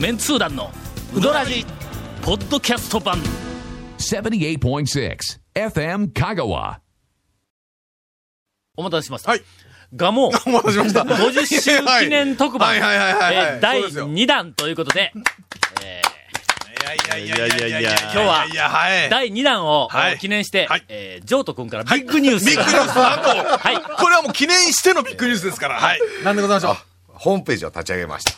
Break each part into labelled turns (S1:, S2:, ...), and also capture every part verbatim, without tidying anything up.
S1: メンツー団のウドラジポッドキャスト版
S2: ななじゅうはちてんろく エフエム 香川。
S1: お待たせしました。
S3: はい。
S1: ガモ
S3: お待たせしました。
S1: ごじゅっしゅう記念特番、
S3: はいはいはいはいはい
S1: えーだい
S3: そうですよ
S1: にだんということで、え
S3: いやいやいやいやいやいや、
S1: 今日はい
S3: やはい。
S1: ーだいにだんを
S3: はい
S1: 記念して、
S3: はい
S1: えージョート君からビッグニュース。
S3: ビッグニュース、なんと、
S1: はい。
S3: これはもう記念してのビッグニュースですから。はい。なんでございましょう。
S4: ホームページを立ち上げました。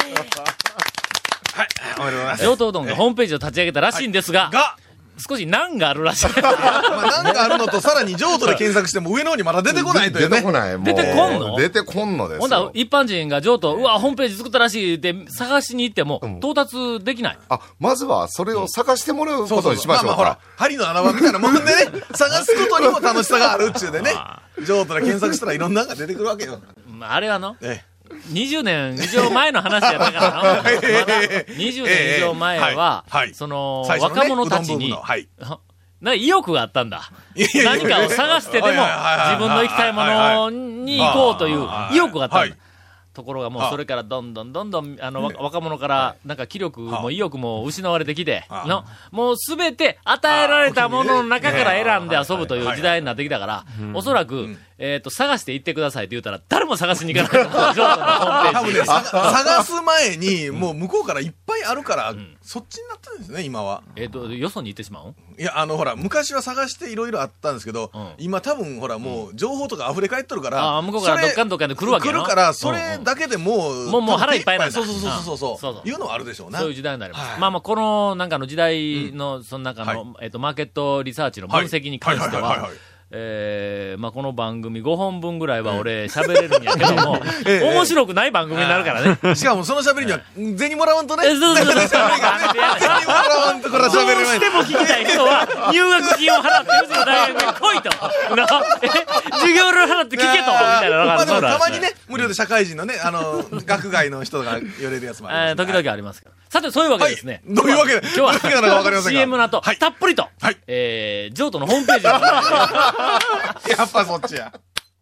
S3: はい。おめでとうございます。
S1: ジョートうどんがホームページを立ち上げたらしいんですが、
S3: が、
S1: 少し難があるらしい。
S3: まあ、なんかあるのと、さらに譲渡で検索しても上の方にまだ出てこないというね。
S4: 出てこない。もう
S1: 出てこんの
S4: 出てこんのですよ。
S1: ほんだら一般人が譲渡、うわ、ホームページ作ったらしいって探しに行っても、
S4: ん
S1: 到達できない。
S4: あ、まずはそれを探してもらうことにしましょう
S3: まあまあほら
S4: か。、
S3: 針の穴場みたいなもんでね、探すことにも楽しさがあるっちゅうでね、譲渡で検索したらいろんなのが出てくるわけよ。
S1: まあ、あれはの、
S3: え
S1: にじゅうねん以上前の話やったからな。まだにじゅうねん以上前は、
S3: ええはいはい
S1: その、
S3: 最初のね
S1: 若者たちに
S3: うどんブームの、はい
S1: な意欲があったんだ。
S3: いやいやいや
S1: 何かを探してでも、
S3: はいはいはいはい
S1: 自分の行きたいものに行こうという意欲があったんだ。
S3: はい
S1: ところがもうそれからどんどんどんどん、あの、わ若者から、なんか気力も意欲も失われてきて、の、もうすべて与えられたものの中から選んで遊ぶという時代になってきたから、おそらく、えっと、探して行ってくださいって言ったら、誰も探しに行かないと思う。ジョートのホームページ
S3: 多分ね、さ探す前に、もう向こうからいっぱいあるから、そっちになってるんですね、今は。
S1: えっと、よそに行ってしまう
S3: いや、あの、ほら、昔は探していろいろあったんですけど、
S1: うん
S3: 今多分、ほら、もう、情報とか溢れ返っとるから、
S1: ああ向こうから
S3: それ
S1: どっかんどっかんで来るわけやな
S3: 来るから、それだけでもう、
S1: もうもう腹いっぱいなんだ
S3: そうそうそうそうそう
S1: そうそう
S3: いうのはあるでしょうな。
S1: そういう時代になります。
S3: はい
S1: まあまあ、この、なんかの時代の、その中の、
S3: は
S1: えっと、マーケットリサーチの分析に関しては
S3: はいはいはいはいはい、
S1: えー、まあこの番組ごほんぶんぐらいは俺喋れるんやけども、
S3: ええ
S1: 面白くない番組になるからね。
S3: しかもその喋りには、銭もらわんとね。
S1: えそうそうそうそう
S3: 銭もらわんとこれは
S1: どう
S3: 喋れない。
S1: しても聞きたい人は、入学金を払って、うちの大学に来いと。なえ授業料払って聞けと。みたいなのが
S3: まあでも
S1: そうなんです
S3: たまにね、無料で社会人のね、あの、学外の人が寄れるやつもあります。
S1: えー時々ありますから。さて、そういうわけですね。
S3: どういうわけで、
S1: 今日は
S3: どういうわけなのかわかりませんが。
S1: シーエム の後、
S3: はい
S1: たっぷりと、
S3: はい
S1: えー、ジョートのホームページに
S3: やっぱそっちや。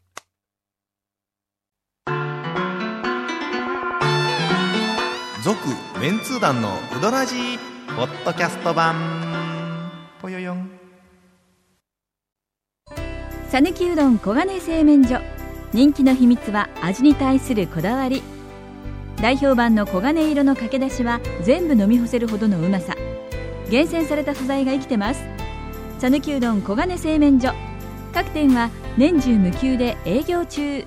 S5: 続メンツー団のウドラジーポッドキャスト版ぽよよん。
S6: さぬきうどん黄金製麺所、人気の秘密は味に対するこだわり。代表版の黄金色のかけだしは全部飲み干せるほどのうまさ。厳選された素材が生きてます。さぬきうどん黄金製麺所、各店は年中無休で営業中。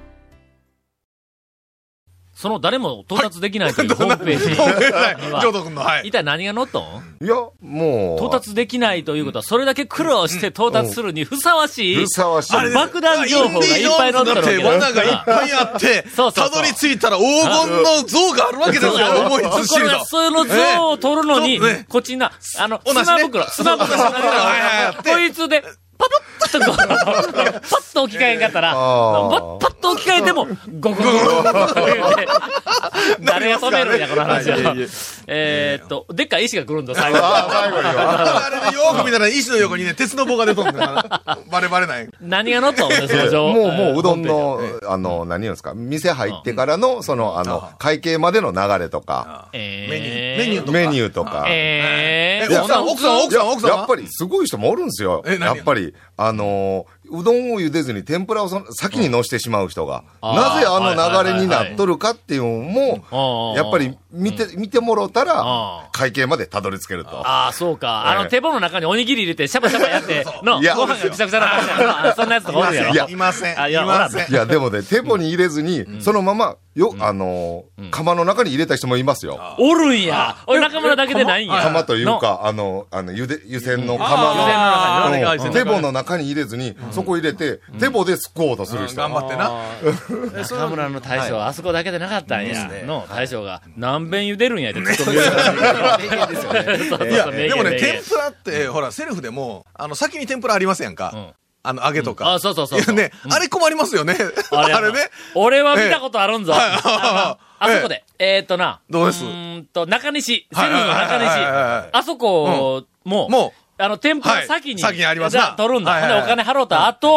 S1: その誰も到達できないというホームページに
S3: ジョ
S1: は、
S3: ート君の、はい。
S1: 一体何が載っとん
S4: いや、もう。
S1: 到達できないということは、それだけ苦労して到達するにふさわしい、
S4: ふさわしい。
S1: あれ爆弾情報がいっぱい載ってるわけだ
S3: 罠がいっぱいあって、
S1: そうそうそう
S3: たどり着いたら黄金の像があるわけですよ、思い
S1: こ
S3: つしると
S1: れが。その像を取るのに、
S3: ええね
S1: こっちにな、あの、
S3: 同じね
S1: 砂袋、砂袋
S3: そうそうそうはいはいはい
S1: こいつで、パパッとこう、パッと置き換えんかったら、パ
S4: あー
S1: ッパッと置き換えても、ゴゴゴゴゴゴ言うて誰が止めるんや、この話は。えーっと、でっかい石が来るんだ、最後に。
S4: あ最後には。
S3: あれでよーく見たら石の横にね、鉄の棒が出とんだよ。バレバレない。
S1: 何が乗ったのね、その情報。
S4: もう、もう、うどんの
S1: ホームページ、
S4: あの、何言うんですか、店入ってからの、その、あの、会計までの流れとか、
S1: え
S3: メニュー、メニューとか。
S4: メニューとか。
S1: えー、
S3: え奥さん、奥さん、奥さん、奥さんは。
S4: やっぱり、すごい人もおるんですよ。
S3: え何
S4: やっぱり、あのー、うどんを茹でずに天ぷらをその先に乗してしまう人が、
S1: あー
S4: なぜあの流れになっとるかっていうのも、
S1: あー
S4: やっぱり見て、見てもろた
S1: あ
S4: ら
S1: ー、
S4: 会計までたどり着けると。
S1: ああ、そうか。あの、
S4: ええ
S1: 手羽の中におにぎり入れて、シャバシャバやって、の、
S4: いや
S1: ご飯がぐちゃぐちゃな感じやろ。そんなやつとかおるやろ。
S4: いや
S3: いません。
S1: あいや
S3: いません
S4: い。や、でもね、手棒に入れずに、そのまま、よ、あのー、釜の中に入れた人もいますよ。
S1: おるんや。俺中村だけでないんや。
S4: 釜という
S1: の、
S4: か、あの、あの、ゆで、湯煎の
S1: 湯煎の
S4: 釜
S1: 中に
S4: の、
S1: ね
S4: うん手棒の中に入れずに、そこ入れて、手棒ですくおうとする人。
S3: 頑張ってな。
S1: 中村の大将、あそこだけでなかったんや。の、大将が、何遍茹でるんやって、ツッコミ言うですよね。
S3: いや、でもね、天ぷらって、ほら、セルフでも、あの、先に天ぷらありますやんか。
S1: ん
S3: あの、揚げとか。
S1: あ、そうそうそう。
S3: いやね、あれ困りますよね。あれね。
S1: 俺は見たことあるんぞ。あのあそこで。えーっとな。
S3: どうです
S1: うーんと、中西。セ
S3: はい
S1: ルフの中西。
S3: はいはいはいはい
S1: あそこも、
S3: も
S1: あの、天ぷら先に、
S3: はい先にありますな
S1: じゃあ取るんだ。
S3: はいはいはい
S1: ほんでお金払うた後、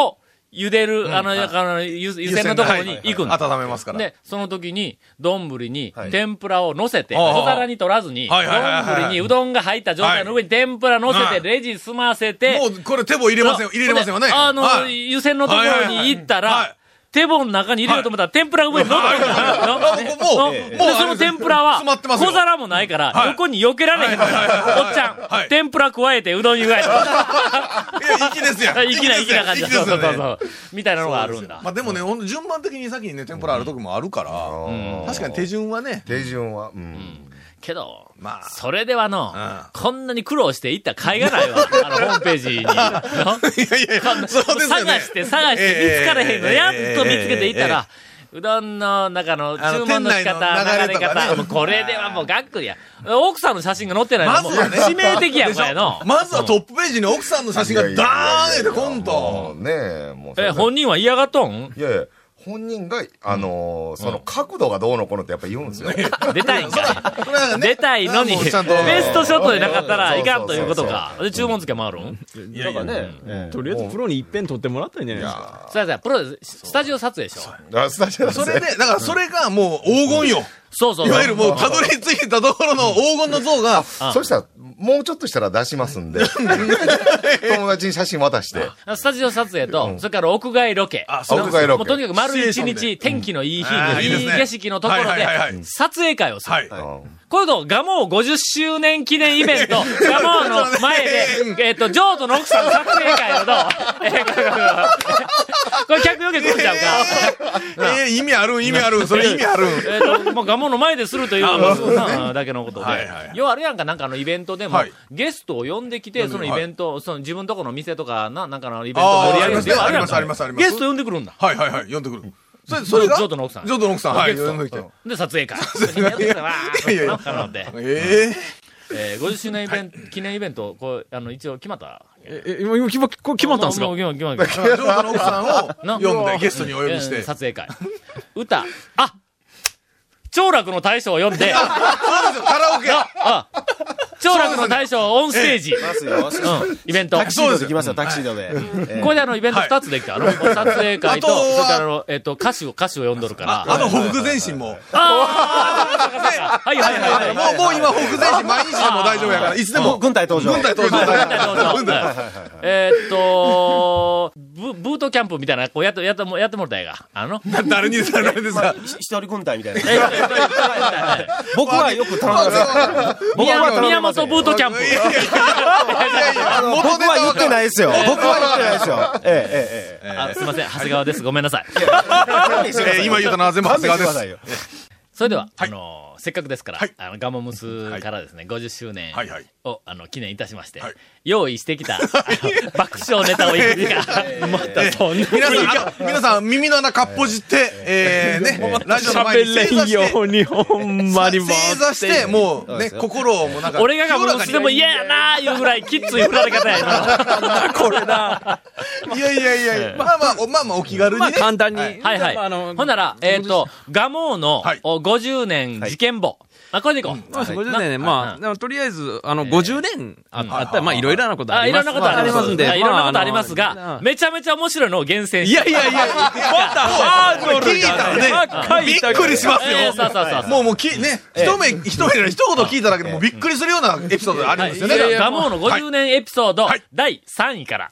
S1: 茹でる、あの、あの、湯煎のところに行くんだ。
S3: 温めますから。
S1: で、その時に、丼に天ぷらを乗せて、小皿に取らずに、
S3: はいはいはいはい
S1: 丼にうどんが入った状態の上に天ぷら乗せて、レジ済ませて、
S3: もう、これ手棒入れません、入れれますよね。
S1: あの、
S3: はい
S1: 湯煎のところに行った
S3: はい
S1: ら、手棒の中に入れようと思ったら、天ぷらが上に乗ってるんだよ。
S3: もう、
S1: で
S3: もう、
S1: その天ぷらは、
S3: 詰まってますよ
S1: 小皿もないから、
S3: はい
S1: 横に避けられへんのよ。おっちゃ
S3: はい
S1: ん、天ぷら加えてうどん湯がえと。
S3: いや、粋ですやん。
S1: 粋な粋な感じだ。そうそうそうそ
S3: 粋ですよね。
S1: う。みたいなのがあるんだ。
S3: まあでもね、ほんと順番的に先にね、天ぷらある時もあるから、確かに手順はね、
S4: 手順は、うん。
S1: けど、
S3: まあ、
S1: それではの、
S3: うん
S1: こんなに苦労して行った甲斐がないわ。あの、ホームページに。
S3: いやいや、そうですよね。
S1: 探して探して見つかれへんの。やっと見つけていった
S3: え
S1: ら、うどんの中の
S3: あの
S1: 注文の仕方、
S3: 店内の流れとかね
S1: 流れ方、もうこれではもうがっくりや。奥さんの写真が載ってないのもう
S3: まずはね
S1: 致命的やん、これの。
S3: まずはトップページに奥さんの写真がダーンってコン
S4: も
S3: ト。
S4: うねえ、もうそれ
S1: え、
S4: で。
S1: 本人は嫌がっとん
S4: いやいや、本人が、あのー、その角度がどうのこうのってやっぱ言うんですよ。
S1: 出たいんか
S3: これなんか
S1: い。
S3: ね
S1: 出たいのに、ベ
S3: もうちゃんと
S1: ストショットでなかったらいかんということか。で、注文付けもあるん
S3: いやいやね。
S7: とりあえずプロに一遍撮ってもらったらいいんじゃないですか。
S1: さあさあ、プロで、スタジオ撮影でしょ。
S4: あスタジオ
S3: それで、だからそれがもう黄金よ。
S1: そうそうそう。
S3: いわゆるもうたどり着いたところの黄金の像が、
S4: そしたら、もうちょっとしたら出しますんで、友達に写真渡して。
S1: スタジオ撮影と、それから屋外ロケ。
S3: あ、そうです
S4: 屋外ロケ
S1: もうとにかく丸一
S3: シチュエーションで
S1: 日、天気のいい日に、
S3: あーいいですね
S1: いい景色のところで
S3: はいはいはいはい、
S1: 撮影会をする。
S3: はい。
S4: うん
S1: これと、ガモーごじゅっしゅうねん記念イベント、ガモーの前で、えっと、ジョーとの奥さん撮影会をどうえーこれこれ客よけ来るちゃうか。
S3: えー、意味あるん、意味あるん、それ意味あるん。
S1: えっと、もうガモの前でするという
S3: あまあそうですね
S1: うんだけのことで
S3: はいはい。
S1: 要はあるやんか、なんかあのイベントでも
S3: はい、
S1: ゲストを呼んできて、そのイベント、その自分とこの店とかな、なんかのイベント
S3: あー
S1: 盛り上げるっていうの
S3: あります
S1: やんか
S3: ありますあります
S1: ゲスト呼んでくるんだ。
S3: はいはいはい、呼んでくる。それ、それが
S1: ジョーとの奥さん
S3: ジョーとの奥さん。はい、
S1: ゲスト
S3: 呼んできて。
S1: で、撮影会。やってきたわー
S3: いやいや
S1: なんかので
S3: え
S1: えーごじゅっしゅうねんイベント、記念イベント、こう、あの、一応決まった。
S7: え、え今、今決ま、これ決まったんですか
S1: もうもう決まった決まった
S3: えジョーとの奥さん
S1: な
S3: を呼んで、ゲストにお呼びし
S1: えー
S3: て。
S1: 撮影会。歌。あ長楽の大将を呼んで、
S3: そうですよ、カラオケ。
S1: あ長楽の大将オンステージ。
S5: ますよ。
S1: うん、イベント。
S5: タキシードで来ますよ、タキシードで。ええ
S1: これであの、イベント二つできた。あの、撮影会と、
S3: あとは
S1: それからあの、えっと、歌手を、歌手を呼んどるから。
S3: あと、ほふく前進も。
S1: ああはいはいはいはい。
S3: もう、もう今、ほふく前進毎日でも大丈夫やから、いつでも。
S5: 軍隊登場。
S3: 軍隊登場。
S1: 軍隊登場
S3: 軍隊
S1: はいえーっと、ブ、ブートキャンプみたいな、こうやって、やっても、やってもらったらええが。あの、
S3: 誰にですか、誰ですか。
S5: 一人軍隊みたいな。
S1: えーっと
S5: 僕はよく頼んでますよ。
S1: 宮宮本ブートキャンプ。
S3: いやいやいや、元
S5: 僕
S3: ネタ
S5: は言ってないですよ。僕は言ってないですよ。ええ、ええ、え
S1: あすいません、長谷川です。ごめんなさい。
S5: え。
S3: えー今言うたのは全部長谷川です。
S5: よ。
S1: それでは、あのー、せっかくですから、
S3: はい
S1: あの、ガモムスからですね、ごじゅっしゅうねん
S3: はいはい
S1: を、あの、記念いたしまして
S3: はい、
S1: 用意してきた、あの爆笑ネタをいくつか、またそんな
S3: 皆さん、あの皆さん、耳の穴かっぽじって、えー、ね、ラジオの前に正座して、
S7: にほんまにも
S3: 正座して、もう、ね、心をもうなんか、
S1: 俺がガモムスでも嫌やなーいうぐらいきっつい振られ方やな。
S7: これだ。
S3: いやいやいやいや、まあまあ、おまあまあ、お気軽に
S7: まあ
S3: ね。
S7: 簡単に。
S1: はいはい。
S7: あの、
S1: ほんなら、えっと、ガモーの
S3: はい
S1: おごじゅうねん事件簿。あ、これでいこう。
S7: まあ、ごじゅうねんね、
S1: な
S7: まあ、でもとりあえず、あの、ごじゅうねんああったら、まあ、いろいろなことあ
S1: あ、
S7: ります。
S1: いろんなことあります
S7: んで。
S1: あいろんなことあります
S7: ま
S1: が
S7: あ、
S1: めちゃめちゃ面白いのを厳選
S7: い
S1: して。
S7: やいやいや、またハードル
S3: 聞いたらね
S7: が
S3: びっくりしますよ。
S1: えーそうそうそうそう
S3: もうもうき、ね、一目、一目で一言聞いただけでもうびっくりするようなエピソードがあるんですよね。
S1: はいガモーのごじゅうねんエピソード
S3: はい、
S1: だいさんいから。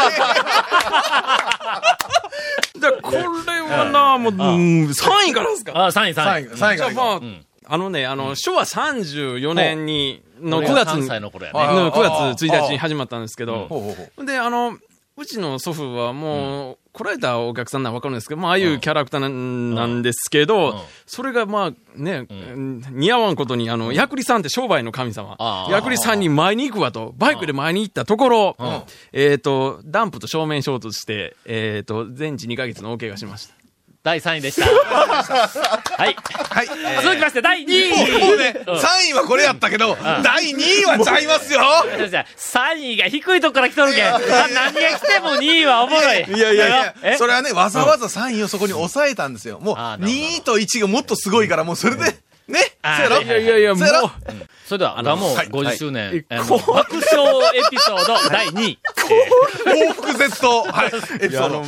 S7: でこれはな、もう、うんさんいからですか。
S1: あ、さんい、さんい。
S3: 3位、さんいから
S7: じゃあまあ、
S1: ん
S7: あのね、あの、昭和さんじゅうよねんに、のくがつ
S1: さん
S7: に、
S1: さいの頃や
S3: あ
S1: ね。
S7: のくがつついたちに始まったんですけど、
S3: ほうほうほう。
S7: で、あの、うちの祖父はもう、来られたお客さんならわかるんですけど、まあ、ああいうキャラクターなんなんですけど、
S1: うん
S7: それがまあね、似合わんことに、あの、ヤクリさんって商売の神様
S1: あ。ー
S7: ヤクリさんに前に行くわと、バイクで前に行ったところ
S1: ん、
S7: えっと、ダンプと正面衝突して、えっと、全治にかげつの大怪我しました。
S1: だいさんいでした。はい。
S3: はい。
S1: 続きまして、だいにい。
S3: もうもうね、さんいはこれやったけど、だいにいはちゃいますよ。
S1: さんいが低いとこから来とるけん。あ何が来てもにいはおもろい。
S3: いやいやいや
S1: え
S3: それはね、わざわざさんいをそこに抑えたんですよ。もう、
S1: あーなるほど
S3: にいといちがもっとすごいから、もうそれで、ね、
S1: あー
S3: そうやろ
S1: いやい
S7: やいや
S3: そうやろ
S7: も
S1: それでは、ガモ
S3: はい
S1: ごじゅっしゅうねん、
S7: はい
S1: あの爆笑エピソードだいにい。
S3: 報復絶倒。はい、エピソード。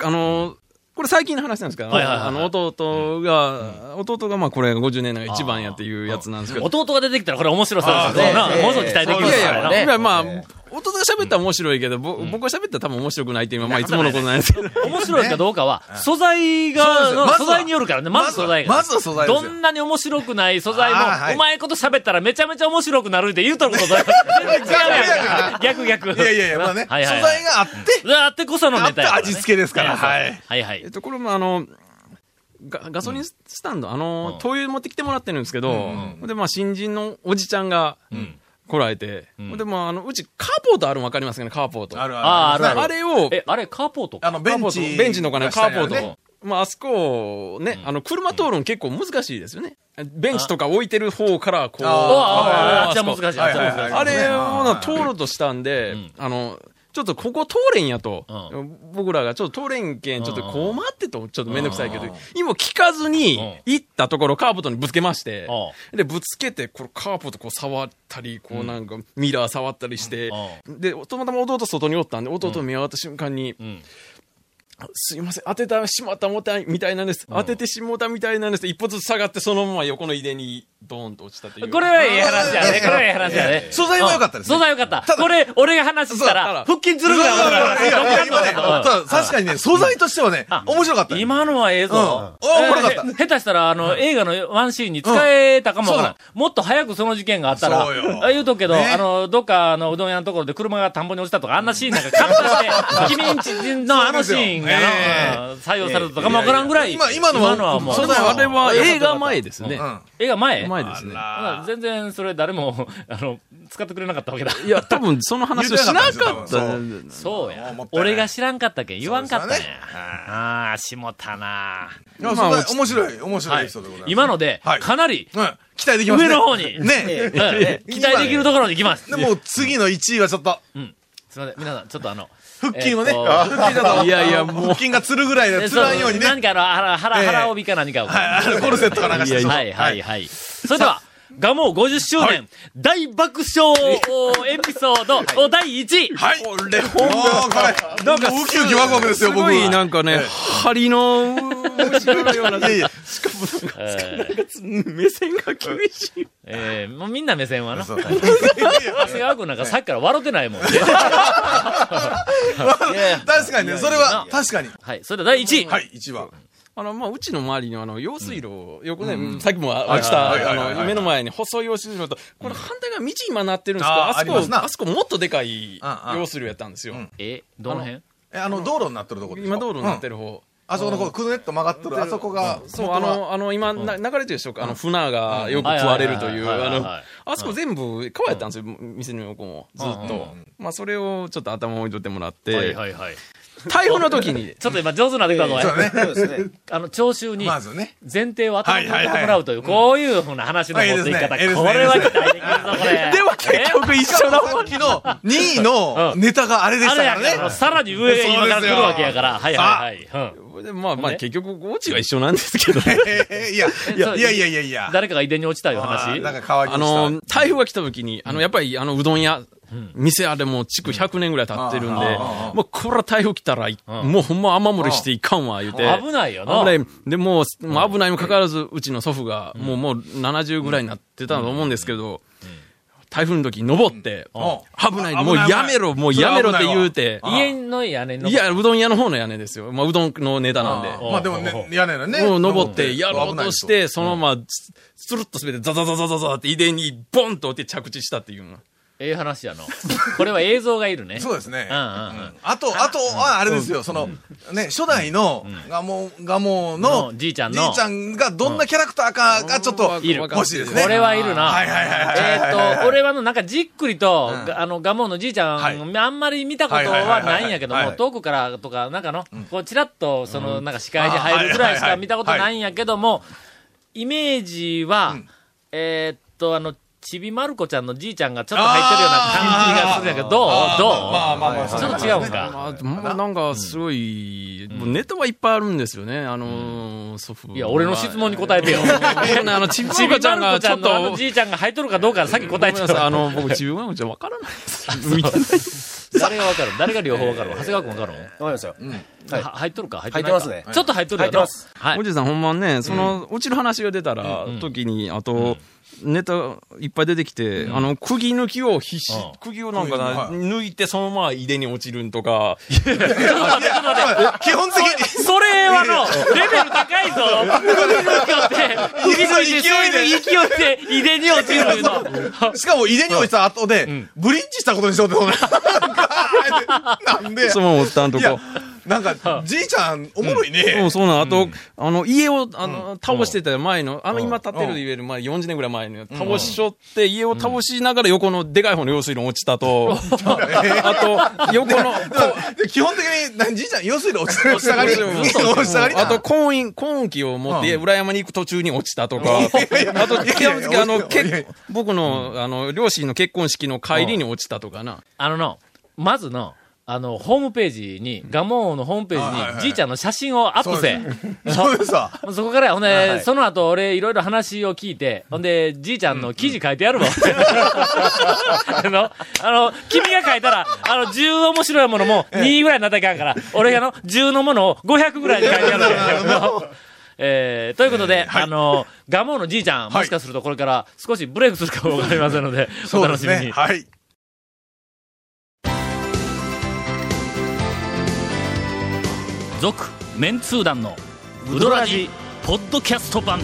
S7: あの、これ最近の話なんですけど、
S1: はいはいはい
S7: あの、弟が、弟がまあこれごじゅうねんの一番やっていうやつなんですけど。
S1: 弟が出てきたらこれ面白そうですよね。もうすぐ期待できる
S7: いやいや、
S1: ね。
S7: いやまあ、弟が喋ったら面白いけど、ぼ僕が喋ったら多分面白くないっていうのは、まあいつものことなんですけど。
S1: 面白いかどうかは、素材が、素材によるからね、まず素材が。
S3: まずは素材ですよ。
S1: どんなに面白くない素材も、
S3: あーはい、
S1: うまいこと喋ったらめちゃめちゃ面白くなるって言うとることだよ。全然違うやん。逆逆。
S3: いやいやいや、まあね、素
S1: はいはいはい
S3: 材があって、
S1: あってこそのネタやからね。
S3: あって味付けですから。はい。
S1: はいはい
S7: えっ。と、これもあの、ガガソリンスタンド、あの、灯油持ってきてもらってるんですけど、で、まあ、新人のおじちゃんが来られて、で、まあ、あの、うちカーポートあるの分かりますかね、カーポート。
S3: ある
S1: あーあるある
S7: あれを、
S1: え、あれ、カーポートか。
S3: あの、ベンチ。
S7: ベンチの金、カーポート。
S3: ね。
S7: まあ、あそこ、ね、あの、車通るの結構難しいですよね。ベンチとか置いてる方から、こう、
S1: ああ、あっちは難しい、あっちは
S3: はいはいはい
S1: 難しい。
S7: あれをな通ろうとしたんで、あの、ちょっとここ通れんやと、
S1: う
S7: 僕らがちょっと通れんけん、ちょっとこう待ってと、ちょっとめんどくさいけど
S3: うん、
S7: 今聞かずに
S1: うん
S7: 行ったところカーポートにぶつけまして
S1: う、
S7: で、ぶつけて、これカーポートこう触ったり、こうなんかミラー触ったりして、で、たまたま弟外におったんで、弟見上がった瞬間に、
S1: ん
S7: すいません、当てたしまったもたみたいなんです。当ててしもたみたいなんです。一歩ずつ下がって、そのまま横の入れにドーンと落ちたという。
S1: これはええ話やね。これはええ話やね。
S3: 素材は良かったですね
S1: 素材良かった。これ、俺が話したら、腹筋ずるぐらい分かる
S3: いやいや、今ね、ただ確かにね、素材としてはね、面白かった。
S1: 今のはええぞ。
S3: うんおもろかった
S1: えー下手したら、あの、映画のワンシーンに使えたかもわからん。もっと早くその事件があったら、
S3: そうよ
S1: あ言うとくけど、
S3: ね
S1: あの、どっかのうどん屋のところで車が田んぼに落ちたとか、あんなシーンなんかカットして、君んちのあのシーンが
S3: そうですよ
S1: な、採用されたとかもわからんぐらい、
S3: 今今のは
S1: もう、
S3: 素材は
S7: あれは映画前ですね。
S3: うん
S1: 映画前
S7: 前ですね。
S1: ほな全然それ誰も、あの、使ってくれなかったわけだ。
S7: いや、多分その話をしなかった。
S3: そう
S1: そうや
S3: もったいない
S1: 俺が知らんかったけん言わんかったんや。
S3: そうですよね
S1: ああ、しもたな。
S3: いや素材面白い、面白いエ
S1: はい
S3: ピソードでございます。
S1: 今ので、
S3: はい
S1: かなり、
S3: うん、期待できますね。
S1: 上の方に
S3: ね。
S1: うん期待できるところに行きます。
S3: でもう次のいちいはちょっと、
S1: うん。すみません。皆さん、ちょっとあの、
S3: 腹筋をね、
S1: えっと
S3: 腹筋ちょっと、
S7: いやいやもう
S3: 腹筋がつるぐらいでつらんようにね。
S1: 何かあの、腹、腹、
S3: ええ
S1: 腹帯か何かを。
S3: はい、あのコルセットかなんかして。
S1: はいはいはい。それでは、ガモーごじゅっしゅうねん、大爆笑エピソードだいいちい。
S3: はい。これ、ほんまこれ、なんかウキウキワクワクですよ、僕。
S7: すごいなんかね、針の虫のような、
S3: いやいや、
S1: え
S7: 目線が厳しい。
S1: ーえーもうみんな目線はな。
S3: そう
S1: 長谷川君なんかさっきから笑ってないもんね。いや
S3: 確かにね、それは、確かに。
S1: はい。それではだいいちい。
S3: はい、いちは。
S7: あの、まあ、うちの周りにあの、用水路を、よくね、さっきも落ちた、
S3: はいはいはいはい
S7: あの、目の前に細い用水路と、これ反対側道今なってるんですけど、
S3: あー
S7: あそこ、
S3: ありますな
S7: あそこもっとでかい
S3: ああ
S7: 用水路やったんですよ。
S1: え、どの辺
S3: え、あの、道路になってるとこでしょ
S7: 今道路になって
S3: る。
S7: る方。
S3: あそこのこう、くねっと曲がっとる、あそこが。
S7: そう、あの、あの、今、な流れてるでしょうか、あの、船がよく食われるという、
S1: はいはいはいはい
S7: あの、あそこ全部川やったんですよ、店の横も、ずっと。まあ、それをちょっと頭置いとってもらっ
S1: はい
S7: て、
S1: はいはい。
S7: 台風の時に、
S1: ちょっと今上手になってきたぞ、おい
S3: そうね。
S1: あの、聴衆に
S3: まずね。
S1: 前提を頭に置いてもらうという、こういうふうな話の持っていき方、こ
S3: はいいいですね
S1: れは期待できるぞ、これ。
S7: でも結局一緒だもん。
S3: さっきのにいのネタがあれでし
S1: あれやから、
S3: たからね。
S1: さらに上へ今から来るわけやから、はいはいはい。うん
S7: でまあまあ
S1: ね
S7: 結局、ゴチは一緒なんですけど。
S3: えいや、いや、いやいやいやいや。
S1: 誰かが遺伝に落ちたいう話
S3: なんか川に
S7: あの、台風が来た時に、あの、やっぱり、あの、うどん屋、店あれもう築ひゃくねんぐらい経ってるんで、もうこれは台風来たら、もうほんま雨漏りしていかんわ、言うて。
S1: 危ないよな。
S7: 危ない。で、もう、もう危ないにもかかわらず、うちの祖父が、もうもうななじゅうぐらいになってたと思うんですけど、台風の時登って、危ない、もうやめろ、もうやめろって言うて、
S1: 家の屋根の。
S7: いや、うどん屋の方の屋根ですよ。まあ、うどんのネタなんで。
S3: まあでもね、屋根のね。
S7: もう登ってやろうとして、そのまま、スルッと滑って、ザザザザザザって遺伝にボンと落ちて着地したっていうの。
S1: ええ話やの。これは映像がいるね。
S3: そうですね。
S1: うんうんうん
S3: あと、あとはあれですよ、その、ね、初代のガモ、ガモの
S1: の、じいちゃんの
S3: じいちゃんがどんなキャラクターかがちょっと
S1: いる
S3: 欲しいですね。
S1: これはいるな。
S3: はいはいはいはい。
S1: えーっと、俺はのなんかじっくりと、
S3: うん
S1: があの、ガモのじいちゃん、
S3: はい
S1: あんまり見たことはないんやけども、
S3: はいはいはいはい
S1: 遠くからとか、なんかの、こう、ちらっと、その、なんか視界に入るぐらいしか見たことないんやけども、イメージは、えーっと、あの、ちびまる子ちゃんのじいちゃんがちょっと入ってるような感じがするんやけど、どうどう
S3: まあまあまあ、
S1: ちょっと違うんか。
S7: まあ、もうなんかすごい、もうネタはいっぱいあるんですよね、あのー、祖父。
S1: いや、俺の質問に答えてよ。
S7: 僕ね、あの、ちび
S1: ちび
S7: まる子ちゃん
S1: まる子ちゃん
S7: がちょっと、
S1: のあのじいちゃんが入っとるかどうか先答えてよ。
S7: ごめんなさいあの、僕、ちびまる子ちゃんわからないです。見てない。
S1: 誰がわかる誰が両方わかる長谷川君わかる
S8: わかりますよ。
S1: は入っとるか入ってないか
S8: 入ってますね
S1: ちょっと入っとるよな
S8: 入ってます
S1: はい
S7: おじさんほんまね、その、うちの話が出たら、時に、あと、ネタいっぱい出てきて、あの、釘抜きを必死、釘をなんかな、抜いてそのまま井出に落ちるんとか。
S3: 基本的に。
S1: それはの、レベル高いぞ。釘抜きをって、釘抜いて、勢いで、勢いで、井出に落ちるいうの。
S3: しかも、井出に落ちた後で、ブリッジしたことにしようって、なんで。
S7: そのまま落ちたんとこ。
S3: なんか、じいちゃん、おもろいね。
S7: うん、そうなの。あと、あの、家を、あの、倒してた前の、あの、今建ってるで言える前、よんじゅうねんぐらい前に、倒しょって、家を倒しながら横のでかい方の用水路に落ちたと、あと、横の、
S3: 基本的に、じいちゃん、用水路落ちたがり。落ちたがり。
S7: あと、婚姻、婚期を持って、裏山に行く途中に落ちたとか、あと、基本的に、あの、僕の、あの、両親の結婚式の帰りに落ちたとかな。
S1: あのの、まずの、あの、ホームページに、ガモーのホームページに、じいちゃんの写真をアップせ。
S3: そうですわ。
S1: そこから、ほんで、その後、俺、いろいろ話を聞いて、ほんで、じいちゃんの記事書いてやるわ。あの、あの、君が書いたら、あの、じゅう面白いものもにぐらいになったらいかんから、俺がの、じゅうのものをごひゃくぐらいに書いてやるわ。えー、ということで、あの、ガモーのじいちゃん、もしかするとこれから少しブレイクするかもわかりませんので、お楽しみに。
S3: はい。
S1: 続メンツー団のウドラジポッドキャスト版。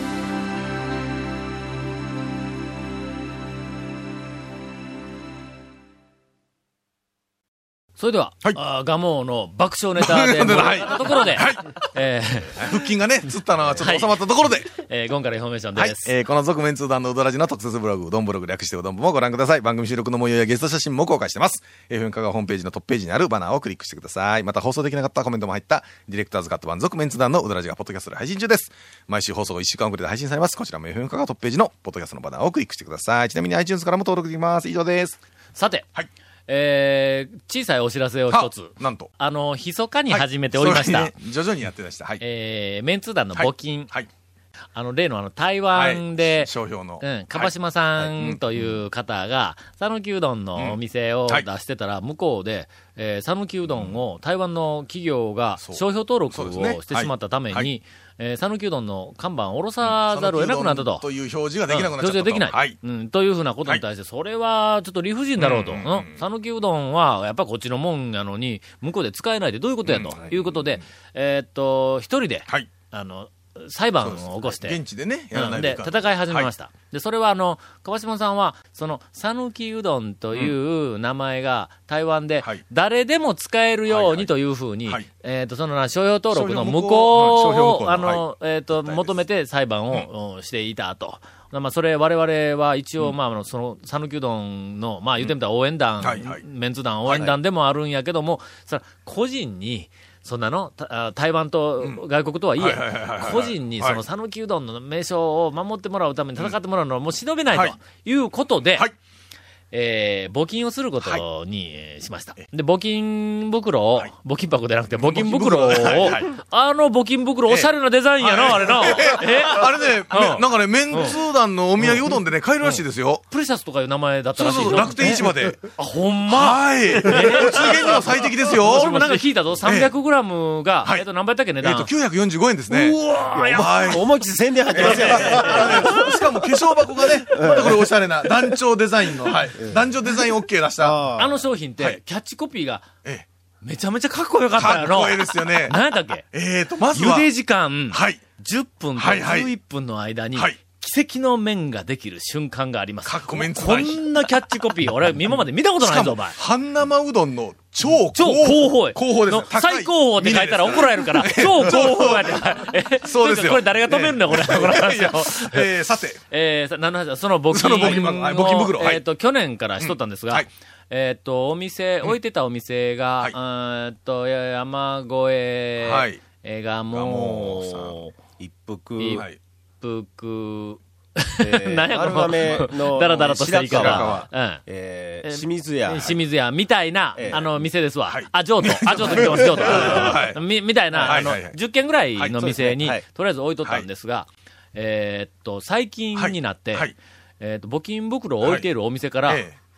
S1: それでは、
S3: はい、
S1: あガモーの爆笑ネタで盛り上がったところで、
S3: はい
S1: え
S3: ー、腹筋がね、つったのはちょっと収まったところで、はい、
S1: えー、ゴンからインフォメーションです。
S3: はい、えー、この続メンツー団のうどらじの特設ブログ、うどんブログ略してうどん部もご覧ください。番組収録の模様やゲスト写真も公開してます。エフエム 香川ホームページのトップページにあるバナーをクリックしてください。また放送できなかったコメントも入ったディレクターズカット版続メンツー団のうどらじがポッドキャストで配信中です。毎週放送後いっしゅうかん遅れで配信されます。こちらも エフエム 香川トップページのポッドキャストのバナーをクリックしてください。ちなみに iTunes からも登録できます。以上です。
S1: さて、はい、えー、小さいお知らせを一つ。
S3: なんと。
S1: あの、密かに始めておりました。はい、
S3: ね、徐々にやってました。はい。
S1: えー、メンツー団の募金。
S3: はい。はい、
S1: あの、例のあの、台湾で、はい、
S3: 商標の。
S1: うん、かばしまさんという方が、さぬきうどんのお店を出してたら、向こうで、えー、さぬきうどんを台湾の企業が商標登録をしてしまったために、えー、さぬきうどんの看板を下ろさざるを得なくなったと。
S3: という表示ができなくなっちゃったと。
S1: 表示ができない。
S3: はい。
S1: うん、というふうなことに対して、それはちょっと理不尽だろうと。さぬきうどんは、やっぱこっちのもんやのに、向こうで使えないでどういうことやということで、えー、っと、一人で、はい、あの、裁判を起こして、
S3: 現地でね、やらない
S1: で、戦い始めました。はい、で、それはあの、川島さんは、その、さぬきうどんという名前が台湾で、誰でも使えるようにというふうに、えっと、その商標登録の無効を、あの、えっと、求めて裁判をしていたと。まあ、それ、我々は一応、まあ、その、さぬきうどんの、まあ、言ってみたら応援団、メンツ団応援団でもあるんやけども、それ個人に、そんなの台湾と外国とはいえ、個人にその讃岐うどんの名称を守ってもらうために戦ってもらうのはもう忍べないということで、はいえー、募金をすることにしました。はい、で、募金袋を、はい、募金箱でなくて募金袋を、はいはい、あの募金袋おしゃれなデザインやな、はい、あれな。
S3: えあれね、うん、なんかね、メンツー団のお土産うどんでね、買えるらしいですよ。
S1: プレシャスとかいう名前だったらしい。
S3: そうそう、楽天市場で。
S1: あ、ほんま
S3: はい。お中元には最適ですよ。
S1: 俺もなんか聞いたぞ。さんびゃくグラムが、えっと、何倍だっけ値段。
S3: えっと、きゅうひゃくよんじゅうごえんですね。
S1: うわ
S8: ー、思いっきり宣伝入ってますよ。
S3: しかも化粧箱がね、またこれおしゃれな、団長デザインの、はい。団長デザイン OK 出した。
S1: あの商品って、キャッチコピーが、めちゃめちゃかっこよかったやろ。
S3: かっこいいですよね。
S1: 何だっけ
S3: えーと、まずは。
S1: 茹で時間、
S3: はい。
S1: じゅっぷんとじゅういっぷんの間に、奇跡の麺ができる瞬間があります。
S3: かっこ麺つ
S1: こんなキャッチコピー、俺、今まで見たことないぞ、お前。
S3: 半生うどんの超
S1: 超高峰。
S3: 高峰です。
S1: 最高峰って書いたら怒られるから、超高峰やで。
S3: そうですよ。
S1: これ誰が止めるんだよ、これ。この話を。
S3: えー、さて。
S1: えー、何の話その募金。
S3: その募金箱。募金袋。
S1: えっと、去年からしとったんですが、えっと、お店、置いてたお店が、えっと、山越えがもう、
S8: 一服、
S1: 一服、
S8: 何やこの、
S1: だらだらとした言い方。
S8: えー、清水屋。
S1: 清水屋みたいな、あの、店ですわ。あ、譲渡。あ、譲渡来てます、譲渡。み、みたいな、あの、じゅっけんぐらいの店に、とりあえず置いとったんですが、えっと、最近になって、えっと、募金袋を置いているお店から、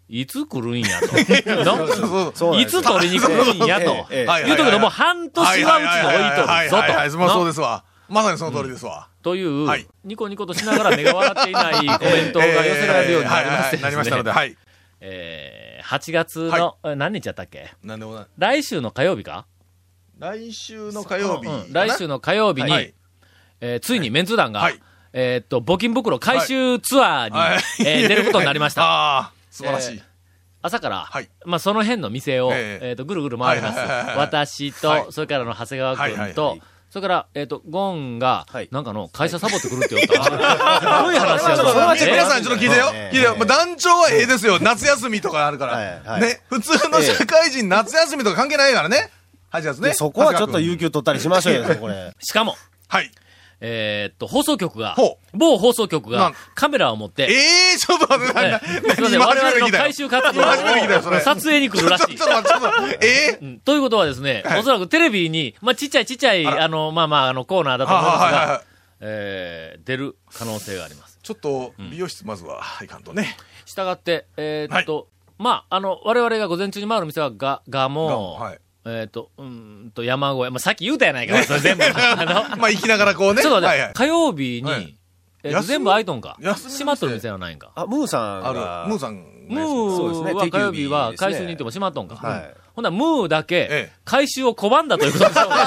S1: いつ来るんやと。の
S8: そうなんです
S1: いつ取りに来るんやと。
S8: ええええ
S1: 言うとけどもう半年はうちに置いとるぞ
S3: はいはい、
S1: と。
S3: まあそう
S1: の
S3: ですわ。まさにその通りですわ。
S1: という
S3: はい、
S1: ニコニコとしながら目が笑っていないコメントが寄せられるようになりましてですね。
S3: なりましたので、はい。
S1: えー、はちがつの、え何日やったっけ？
S3: なんでもない。
S1: 来週の火曜日か？
S3: 来週の火曜日。
S1: うん来週の火曜日に、
S3: はい
S1: えーついにメンツ団が、
S3: はい
S1: えーっと、募金袋回収ツアーに、
S3: はい
S1: えー出ることになりました。
S3: ああ、素晴らしい。
S1: 朝から、
S3: はい
S1: まあ、その辺の店を、
S3: ええ
S1: えーっと、ぐるぐる回ります。
S3: はいはいはいはい
S1: 私と、
S3: はい
S1: それからの長谷川君と、
S3: はいはいはい
S1: それから、えーっと、ゴンが、
S8: はい
S1: なんかの、会社サボってくるって言った。どういう話やろ
S8: それは
S1: え
S3: 皆さんちょっと聞いてよ。
S8: ええ
S3: 聞いてよ。まあ団長はええですよ。夏休みとかあるか
S8: はい
S3: ら。
S8: はい
S3: ね。普通の社会人夏休みとか関係ないからね。はちがつね。
S8: そこはちょっと
S3: う。
S8: 有給取ったりしましょうよ、これ。
S1: しかも、
S3: はい。
S1: えーっと、放送局が
S3: ほ、
S1: 某放送局が
S3: なん
S1: カメラを持って、
S3: ええ、ちょっと待って、
S1: え
S3: な
S1: えすいません、我々の回収活動を
S3: 初めて聞いたよそれ
S1: 撮影に来るらしい
S3: ちょ。っと待って、ちょっと待って。ええ
S1: うんということはですね、おそらくテレビに、まあ、ちっちゃいちっちゃい、あの、まあまあ、あの、コーナーだと思いますが
S3: はいはいはい、
S1: えー出る可能性があります。
S3: ちょっと、美容室まずはいかんとね。
S1: したがって、えーっと、まあ、あの、我々が午前中に回る店はガ、ガモ、
S3: はい。
S1: えーっと、うーんと、山越え、まあ、さっき言うたやないか、それ全部。あの、
S3: まあ、行きながらこうね。
S1: ちょっとね
S3: はいはい、
S1: 火曜日に、
S3: はい
S1: えーと
S3: 休み
S1: 全部開いとんか
S3: 休みの店
S1: 閉まっとる店はないんか。
S8: あ、ムーさん
S3: あ
S8: が。
S3: る。ムーさん。
S1: ム
S8: そうですね
S1: ーは火曜日は
S8: 定休日ですね
S1: 回収に行っても閉まっとんか。
S8: はい
S1: ほんならムーだけ
S3: ええ、
S1: 回収を拒んだということでしょう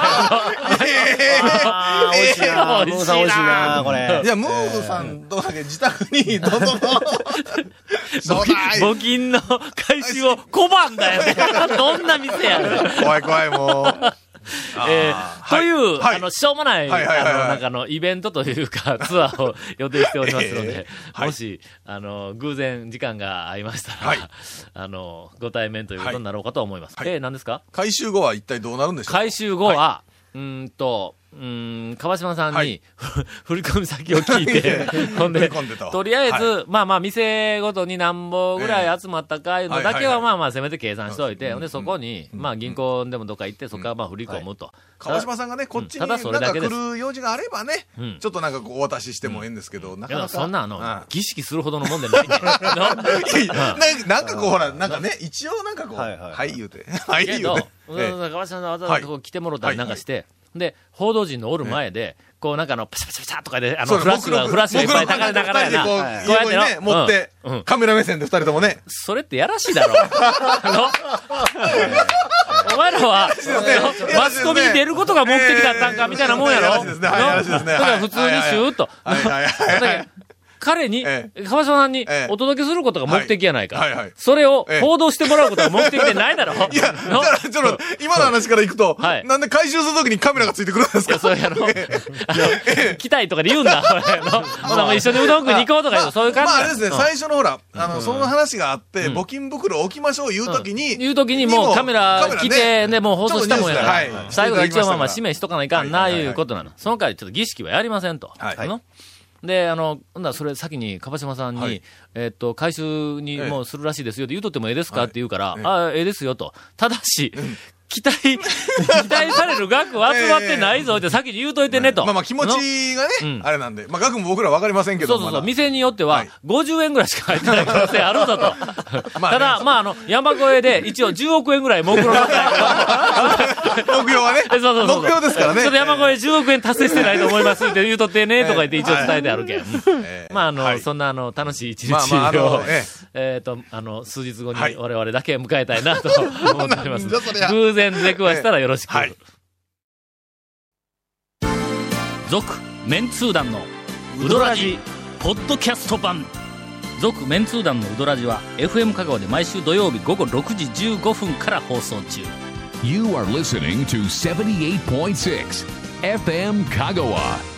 S8: あー、美味しいな。
S1: 美味しいな
S8: ムーさん美味しいな、これ。
S3: いや、ムーさんとだけ自宅に、どうぞどうぞ。
S1: 募金募金の回収を拒んだよね。どんな店やねん。
S3: 怖い怖い、もう。
S1: え
S3: あー
S1: ーという、
S3: はい
S1: あの、しょうもない、
S3: はいはいはいはい
S1: あの、なんかあの、イベントというか、ツアーを予定しておりますので、
S3: えーはい
S1: もし、あの、偶然時間が合いましたら、
S3: はい
S1: あの、ご対面ということになろうかと思います。
S3: はい
S1: えー、何ですか
S3: 回収後は一体どうなるんでしょうか
S1: 回収後は、うーんと、うーん、川島さんに、
S3: はい
S1: 振り込み先を聞いて、ほんで、
S3: 振り込んでたわ
S1: とりあえず、
S3: は
S1: まあまあ、店ごとに何本ぐらい集まったかいうのだけは、
S3: はいはいはい
S1: まあまあ、せめて計算しておいて、
S3: うん
S1: ほんで、そこに、まあ、銀行でもどっか行って、そこからまあ、振り込むと。
S3: 川島さんがね、こっちに
S1: た
S3: なんか
S1: だそれだけです
S3: 来る用事があればね
S1: うん、
S3: ちょっとなんかこうお渡ししてもええんですけど、ないか
S1: や
S3: なか。
S1: そんなあの、
S3: うん
S1: 儀式するほどのもんでないね。の
S3: いやななんかこうほら、なんかね、一応なんかこう、
S8: はいはい
S3: はい言うて。はい
S1: けど
S3: 言うて。、ええ
S1: 川島さんがわざわざこう来てもろたりなんかして、で、報道陣のおる前で、こうなんかあの、パシャパシャパシャとかで、あの、
S3: そう
S1: フラッシュが、フラッシュがいっぱいたかれながらやな。
S3: こう、
S1: こうやっての
S3: 横にね、持って
S1: うんうん、
S3: カメラ目線で二人ともね。
S1: それってやらしいだろ。あのお前らは、あのマスコミに出ることが目的だったんかみたいなもんやろ。
S3: やらしいですねはいやらしいですね
S1: だから普通にシューッと。
S3: はいはいはいはい
S1: だけど彼に、
S3: え
S1: 川島さんに
S3: ええ
S1: お届けすることが目的やないか。
S3: はいはいはい
S1: それを
S3: ええ
S1: 報道してもらうことが目的でないだろ。
S3: いや、だ
S1: の
S3: から、ちょっと、今の話からいくと、
S1: はい
S3: なんで回収するときにカメラがついてくるんです
S1: いや、
S3: か
S1: そうやろ。あの、来たいとかで言うんだ。これのほなもう一緒にうどん食いに行こうとか言う、そういう感じだ。
S3: まあ、あれですね、
S1: うん
S3: 最初のほら、あの、その話があって、募金袋置きましょう言うときに、
S1: 言うときにもうカメラ来て、で、もう放送したもんやから
S3: ちょっとニュースではい、
S1: 最後に一応まあまあ
S3: して
S1: 指名しとかないかんな、いうことなの。その代わりちょっと儀式はやりませんと。
S3: はい
S1: あので、あの、ほんならそれ先に、川島さんに、
S3: はい
S1: えっと、回収にもうするらしいですよって言うとってもええですかって言うから、
S3: ええ
S1: ああ、ええですよと。ただし、期待、期待される額は集まってないぞって先に言うといてねと。
S3: まあまあ気持ちがね、
S1: うん
S3: あれなんで、まあ額も僕らわかりませんけど
S1: そうそうそう、
S3: まだ
S1: 店によっては
S3: はい、
S1: ごじゅうえんぐらいしか入ってない可能性あるぞと。
S3: まあね
S1: ただ、まあ、あの、山越えで一応じゅうおくえんぐらい目標だった
S3: 目標はね、
S1: そうそうそうそう
S3: 目標ですからね。
S1: ちょっと山越えじゅうおくえん達成してないと思いますって言うとってね、とか言って一応伝えてあるけん。
S3: ええ
S1: まあ、あの、
S3: はい
S1: そんなあの、楽しい一日
S3: まあまああの
S1: を、
S3: え
S1: えっと、あの、数日後に
S3: はい
S1: 我々だけ迎えたいなと思っております
S3: なんじゃそりゃ。
S1: 偶然出くわしたらよろしく。
S3: はい
S1: 続、メンツー団のウドラジポッドキャスト版。続メンツー団のウドラジは エフエム 香川で毎週土曜日午後ろくじじゅうごふんから放送中。
S2: You are listening to seventy-eight point six エフエム Kagawa.